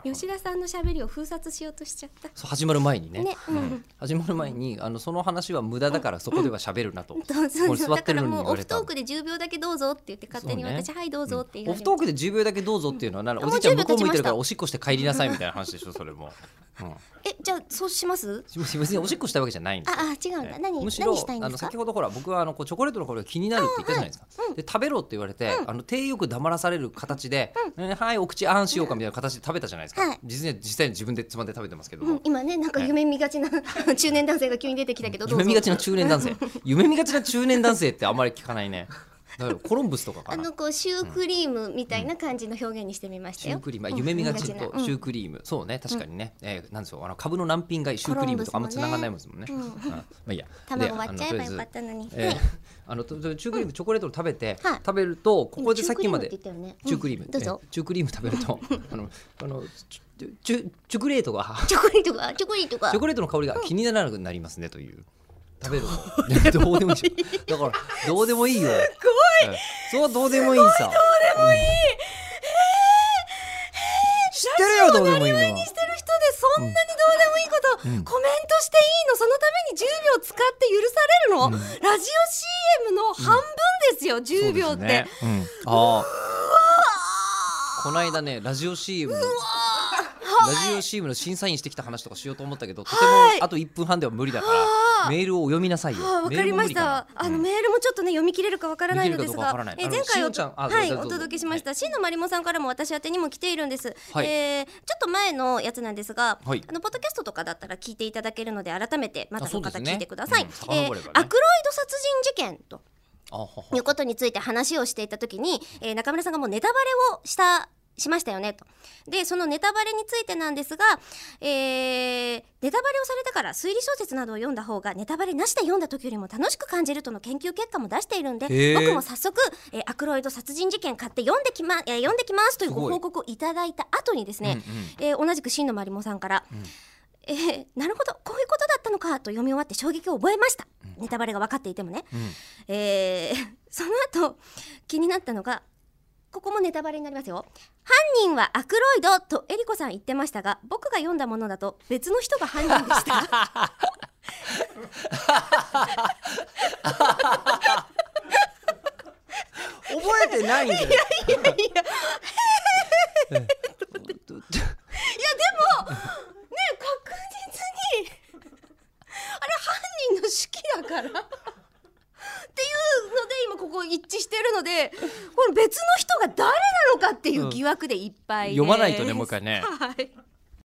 吉田さんの喋りを封殺しようとしちゃった。 そう始まる前にね、 うんうん、 始まる前にその話は無駄だからそこでは喋るなと、ここに座だってるのにからもうオ言われた。 フトークで10秒だけどうぞって言って勝手に私、はいどうぞって言いオフトークで10秒だけどうぞっていうのはおじいちゃん向こう向いてるからおしっこして帰りなさいみたいな話でしょそれも、 じゃあそうします？ 別におしっこしたわけじゃないんですよ。 違うんだ。むしろ何したいんですか？ 先ほどほら僕はチョコレートの香りが気になるって言ったじゃないですか、で食べろって言われて、手よく黙らされる形で、はいお口あんしようかみたいな形で食べたじゃないですか、実際に自分でつまんで食べてますけども、 今ねなんか夢見がちな中年男性が急に出てきたけど、 夢見がちな中年男性夢見がちな中年男性ってあんまり聞かないね。だからコロンブスとかかな、 こうシュークリームみたいな感じの表現にしてみましたよ。 シュークリーム、夢見がちとシュークリーム、そうね確かにね、なんですよ株の難品がシュークリームとかあんまつながらないもんね。まあいいや、 卵割っちゃえばよかったのに。 シュークリームチョコレートを食べるとここでさっきまでチュークリーム、チュークリーム食べるとチョコレートの香りが気にならなくなりますねという。食べるのどうでもいいでしょ。だからどうでもいいよ。すごい。そうはどうでもいいさ。どうでもいい。知ってるよどうでもいいのは。ラジオにしてる人でそんなにどうでもいいこと、コメントしていいの？そのために10秒使って許されるの？ラジオ CM の半分ですよ、10秒って。 この間ねラジオ CM の審査員してきた話とかしようと思ったけど、とてもあと1分半では無理だからメールを読みなさいよ。 わかりました。メールもちょっとね読み切れるかわからないのですが、前回お届けしました真野まりもさんからも私宛てにも来ているんです。ちょっと前のやつなんですが、ポッドキャストとかだったら聞いていただけるので改めてまたその方聞いてください。アクロイド殺人事件ということについて話をしていた時に、中村さんがもうネタバレをしましたよねと。でそのネタバレについてなんですが、ネタバレをされてから推理小説などを読んだ方がネタバレなしで読んだ時よりも楽しく感じるとの研究結果も出しているんで、僕も早速、アクロイド殺人事件買って読んできますというご報告をいただいた後にですね、同じく真野まりもさんから、なるほどこういうことだったのかと読み終わって衝撃を覚えました、ネタバレが分かっていてもね、その後気になったのが、ここもネタバレになりますよ。犯人はアクロイドとえりこさん言ってましたが、僕が読んだものだと別の人が犯人でした覚えてないんだよ。いやでもね確実にあれ犯人の手記だからっていうので今ここ一致してるので、これ別の人が誰なのかっていう疑惑でいっぱいです。 読まないとねもう一回ね。 はい。